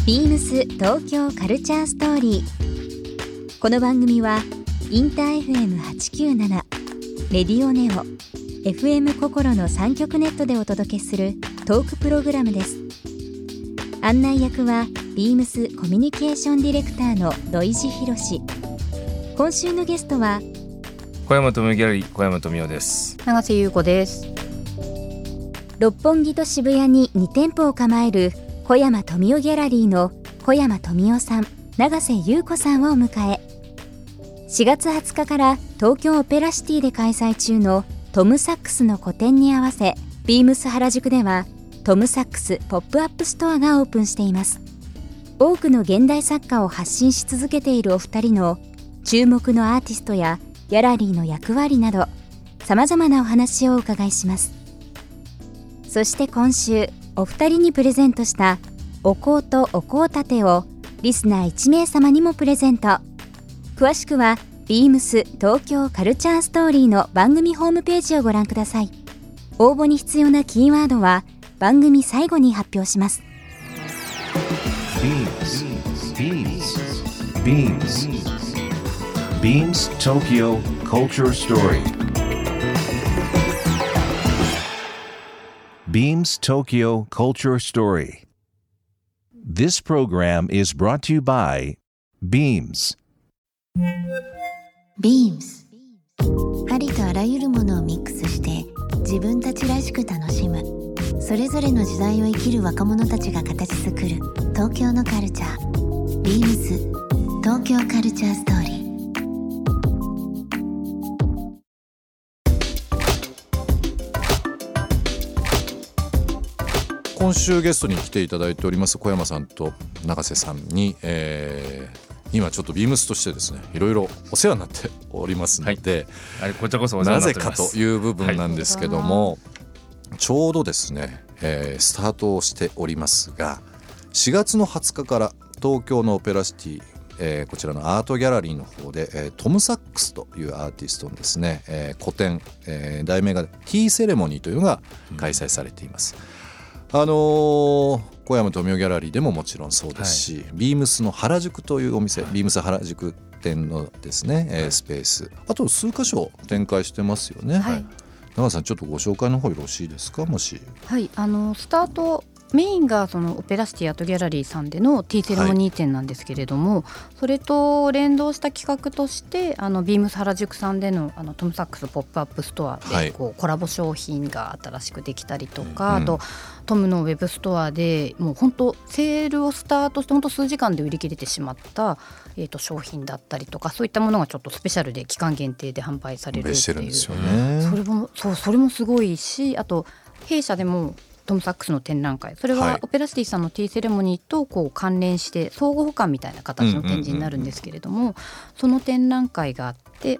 ビームス東京カルチャーストーリー。この番組はインター FM897 レディオネオ FM 心の3極ネットでお届けするトークプログラムです。案内役はビームスコミュニケーションディレクターの土井博志。今週のゲストは小山富美ギャラリー小山富美です。 永瀬優子です。 六本木と渋谷に2店舗を構える小山富美ギャラリーの小山富美さん、永瀬優子さんをお迎え、4月20日から東京オペラシティで開催中のトムサックスの個展に合わせ、ビームス原宿ではトムサックスポップアップストアがオープンしています。多くの現代作家を発信し続けているお二人の注目のアーティストやギャラリーの役割など、様々なお話をお伺いします。そして今週お二人にプレゼントしたお香とお香立てをリスナー1名様にもプレゼント。詳しくはビームス東京カルチャーストーリーの番組ホームページをご覧ください。応募に必要なキーワードは番組最後に発表します。 Beams Tokyo Culture Story. Beams Tokyo Culture Story. This program is brought to you by Beams. Beams ありとあらゆるものをミックスして自分たちらしく楽しむ、それぞれの時代を生きる若者たちが形作る東京のカルチャー。 Beams 東京カルチャーストーリー。 今週ゲストに来ていただいております小山さんと永瀬さんに、今ちょっとビームスとしてですね、いろいろお世話になっておりますので、 はい、こちらこそお世話になっております。 なぜかという部分なんですけども、ちょうどですね、スタートをしておりますが、4月の20日から東京のオペラシティ、こちらのアートギャラリーの方で、トムサックスというアーティストのですね、個展、題名がティーセレモニーというのが開催されています。小山富美ギャラリーでももちろんそうですし、ビームスの原宿というお店、ビームス原宿店のですね、スペース、あと数箇所展開してますよね。永瀬さん、ちょっとご紹介の方よろしいですか。もし。 はい、スタートメインがそのオペラシティアートギャラリーさんでのティーセレモニー展なんですけれども、それと連動した企画としてビームス原宿さんでのトムサックスポップアップストアでコラボ商品が新しくできたりとか、あとトムのウェブストアでもう本当セールをスタートして本当数時間で売り切れてしまった、商品だったりとか、そういったものがちょっとスペシャルで期間限定で販売されるっていう。 してるんですよね。 それもすごいし、あと弊社でもトムサックスの展覧会、それはオペラシティさんのティーセレモニーとこう関連して相互補完みたいな形の展示になるんですけれども、その展覧会があって、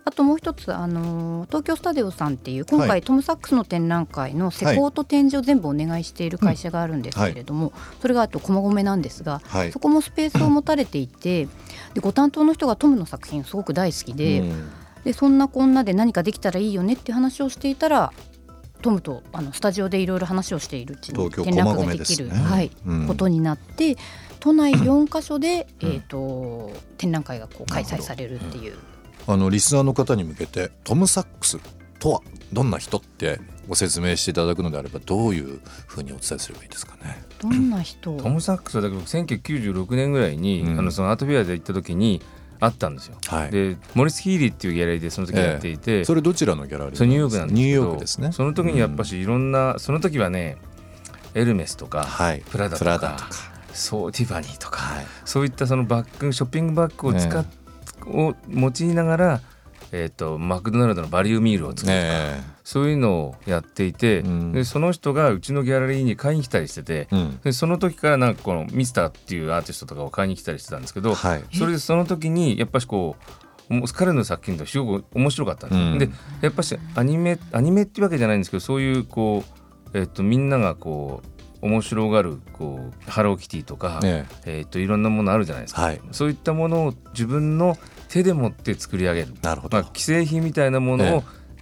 あともう一つ東京スタデオさんっていう今回トムサックスの展覧会の施工と展示を全部お願いしている会社があるんですけれども、それがあと駒込なんですが、そこもスペースを持たれていて、でご担当の人がトムの作品すごく大好きで、そんなこんなで何かできたらいいよねっていう話をしていたら、トムとスタジオでいろいろ話をしているうちに展覧会ができる、ことになって、都内4カ所で、展覧会がこう開催されるっていう、 リスナーの方に向けてトムサックスとはどんな人ってご説明していただくのであれば、どういうふうにお伝えすればいいですかね。 どんな人。 トムサックスはだから1996年ぐらいに、そのアートフェアで行った時にあったんですよ。でモリス・ヒーリーっていうギャラリーでその時やっていて、 それどちらのギャラリー？ それニューヨークなんですけど、 ニューヨークですね。 その時にやっぱしいろんな、その時はね、エルメスとか、プラダとかそうティファニーとか、そういったそのバッグ、ショッピングバッグを用いながら、マクドナルドのバリューミールを作るとか、そういうのをやっていて、でその人がうちのギャラリーに買いに来たりしてて、でその時からなんかこのミスターっていうアーティストとかを買いに来たりしてたんですけど、それでその時にやっぱしこう彼の作品とすごく面白かったんですよ。でやっぱしアニメっていうわけじゃないんですけど、そういうこう、みんながこう面白がるこうハローキティとか、いろんなものあるじゃないですか、そういったものを自分の手で持って作り上げる、既製品みたいなものを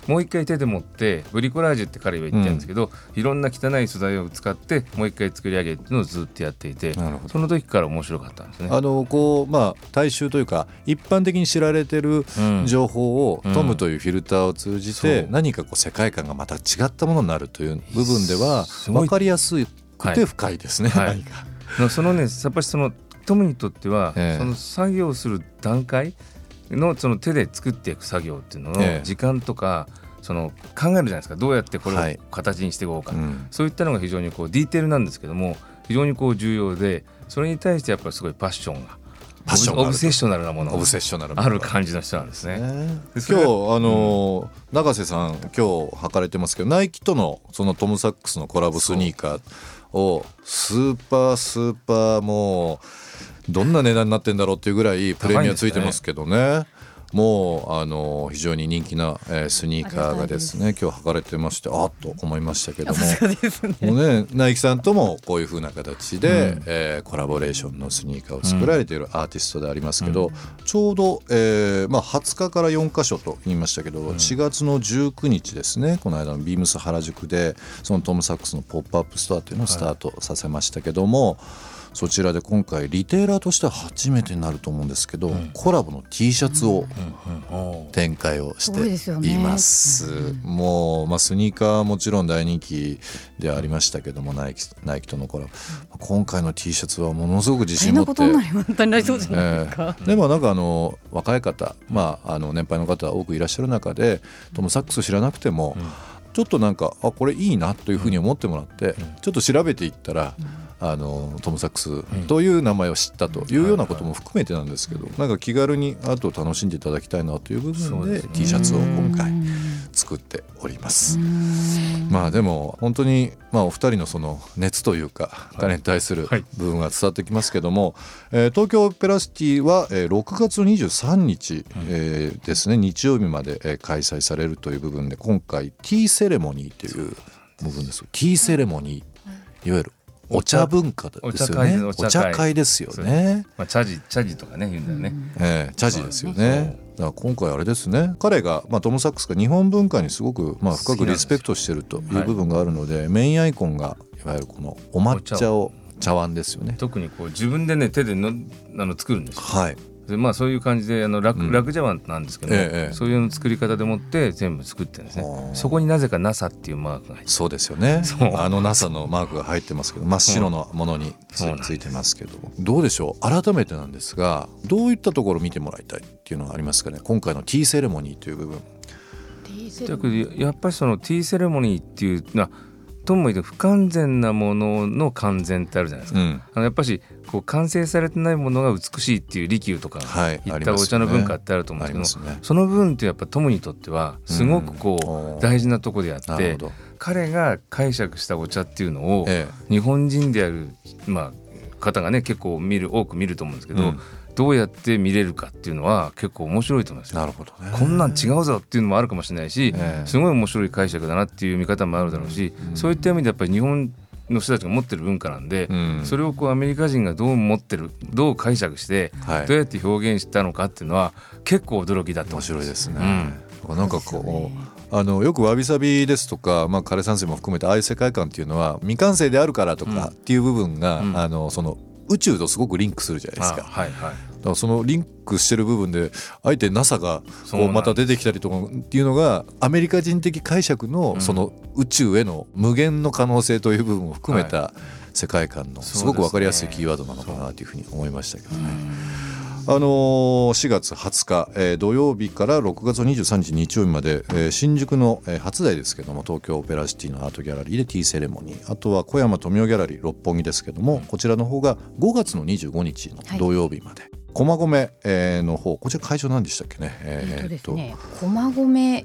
もう一回手で持ってブリコラージュって彼は言ってるんですけど、いろんな汚い素材を使ってもう一回作り上げるっていうのをずっとやっていて、その時から面白かったんですね。 大衆というか一般的に知られてる情報をトムというフィルターを通じて何かこう世界観がまた違ったものになるという部分では分かりやすくて深いですね。 そのねやっぱりそのトムにとっては、その作業する段階のその手で作っていく作業っていうのの時間とか、その考えるじゃないですか、どうやってこれを形にしていこうか、そういったのが非常にこうディテールなんですけども非常にこう重要で、それに対してやっぱりすごいパッションがオブセッショナルなものがある感じの人なんですね。 今日永瀬さん今日履かれてますけど、ナイキとのそのトム・サックスのコラボスニーカーをスーパーもうどんな値段になってんだろうっていうぐらいプレミアついてますけどね。もう非常に人気なスニーカーがですね今日履かれてまして、あっと思いましたけども、もうねナイキさんともこういう風な形で、コラボレーションのスニーカーを作られているアーティストでありますけど、ちょうど、20日から4カ所と言いましたけど、4月の19日ですね、この間のビームス原宿でそのトム・サックスのポップアップストアというのをスタートさせましたけども、そちらで今回リテーラーとしては初めてになると思うんですけど、コラボの T シャツを展開をしています。もう、スニーカーはもちろん大人気でありましたけども、ナイキとのコラボ、今回の T シャツはものすごく自信持って、でもなんか若い方、年配の方多くいらっしゃる中でトム・サックス知らなくても、ちょっとなんかこれいいなというふうに思ってもらって、ちょっと調べていったら、トム・サックスという名前を知ったというようなことも含めてなんですけど、なんか気軽にアートを楽しんでいただきたいなという部分で T シャツを今回作っております。でも本当にお二人のその熱というか彼に対する部分が伝わってきますけども、東京オペラシティは6月23日ですね、日曜日まで開催されるという部分で、今回ティーセレモニーという部分です。ティーセレモニー、いわゆるお茶文化ですよね。お茶会ですよね。 茶事とかね言うんだよね。 茶事ですよね。だから今回あれですね、彼が、トム・サックスが日本文化にすごく、深くリスペクトしてるという部分があるので、メインアイコンがいわゆるこのお抹茶を茶碗ですよね。 特にこう自分でね手で作るんですよ。でそういう感じで楽茶碗なんですけど、そういうの作り方でもって全部作ってるんですね。そこになぜか NASA っていうマークが入って、 そうですよね。NASA のマークが入ってますけど、真っ白のものについてますけど、どうでしょう、改めてなんですが、どういったところを見てもらいたいっていうのがありますかね、今回のティーセレモニーという部分。 やっぱりそのティーセレモニーっていうのはとも言うと不完全なものの完全ってあるじゃないですか。やっぱしこう完成されてないものが美しいっていう利休とかいったお茶の文化ってあると思うんですけど、その部分ってやっぱトムにとってはすごくこう大事なところであって、彼が解釈したお茶っていうのを日本人である方がね結構多く見ると思うんですけど、どうやって見れるかっていうのは結構面白いと思いますよ。 なるほどね。 こんなん違うぞっていうのもあるかもしれないし、すごい面白い解釈だなっていう見方もあるだろうし、そういった意味でやっぱり日本の人たちが持ってる文化なんで、それをこうアメリカ人がどう持ってる、どう解釈して、どうやって表現したのかっていうのは結構驚きだと思います。 面白いですね。なんかこうよくわびさびですとか、枯山水も含めてああいう世界観っていうのは未完成であるからとかっていう部分が、その宇宙とすごくリンクするじゃないですか。だからそのリンクしてる部分であえて NASA がこうまた出てきたりとかっていうのがアメリカ人的解釈のその宇宙への無限の可能性という部分を含めた世界観のすごく分かりやすいキーワードなのかなというふうに思いましたけどね。4月20日、土曜日から6月23日日曜日まで、新宿の、初台ですけども、東京オペラシティのアートギャラリーでティーセレモニー、あとは小山富雄ギャラリー六本木ですけども、こちらの方が5月の25日の土曜日まで、駒込、の方、こちら会場何でしたっけね。 ですね、駒込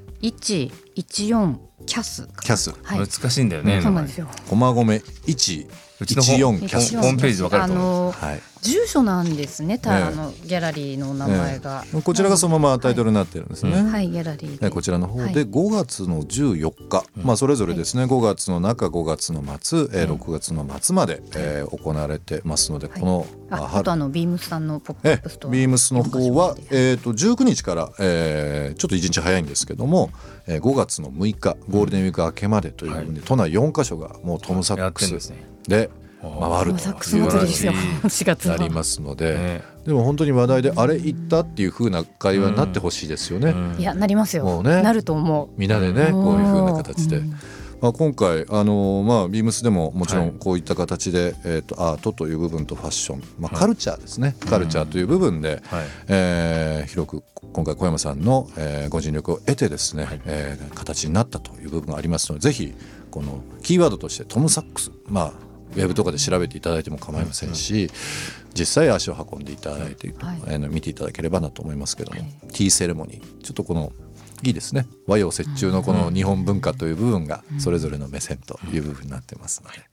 114キャス、 難しいんだよね。 そうなんですよ。 駒込114キャス、 ホームページで分かると思う。 住所なんですね。ギャラリーの名前が、 こちらがそのままタイトルになってるんですね。 ギャラリーでこちらの方で5月の14日、それぞれですね、5月の中、5月の末、6月の末まで、行われてますので、このあとビームスさんのポップアップストア、 ビームスの方は19日から、ちょっと1日早いんですけども、5 月の6日ゴールデンウィーク明けまでというので、都内4カ所がもうトム・サックスで回るというなりますので、でも本当に話題であれ行ったっていう風な会話になってほしいですよね。 いやなりますよ、もうね、なると思う。 みんなでねこういう風な形で、今回ビームスでももちろんこういった形で、アートという部分とファッション、カルチャーですね、カルチャーという部分で、広く今回小山さんの、ご尽力を得てですね、形になったという部分がありますので、ぜひこのキーワードとしてトム・サックス、ウェブとかで調べていただいても構いませんし、実際足を運んでいただいて、見ていただければなと思いますけども、ティーセレモニーちょっとこのいいですね、和洋折衷のこの日本文化という部分がそれぞれの目線という部分になってますので、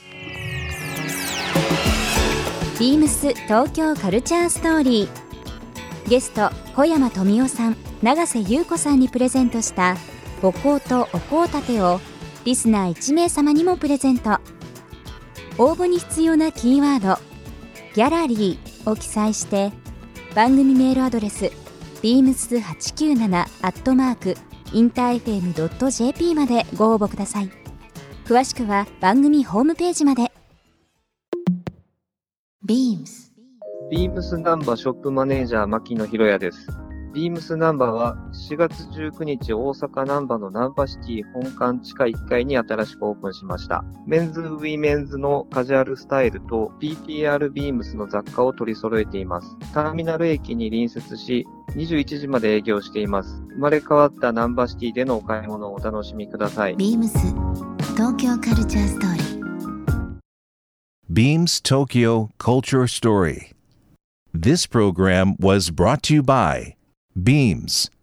ビームス東京カルチャーストーリー、ゲスト小山富夫さん、永瀬優子さんにプレゼントしたお香とお香立てをリスナー1名様にもプレゼント。応募に必要なキーワードギャラリーを記載して番組メールアドレスbeams897@interfm.jp までご応募ください。詳しくは番組ホームページまで。 beams ナンバーショップマネージャー牧野博也です。ビームスナンバーは4月19日大阪ナンバーのナンバシティ本館地下1階に新しくオープンしました。メンズ・ウィメンズのカジュアルスタイルと PTR ビームスの雑貨を取り揃えています。ターミナル駅に隣接し21時まで営業しています。生まれ変わったナンバシティでのお買い物をお楽しみください。 ビームス東京カルチャーストーリー。 Beams Tokyo Culture Story. This program was brought to you by Beams.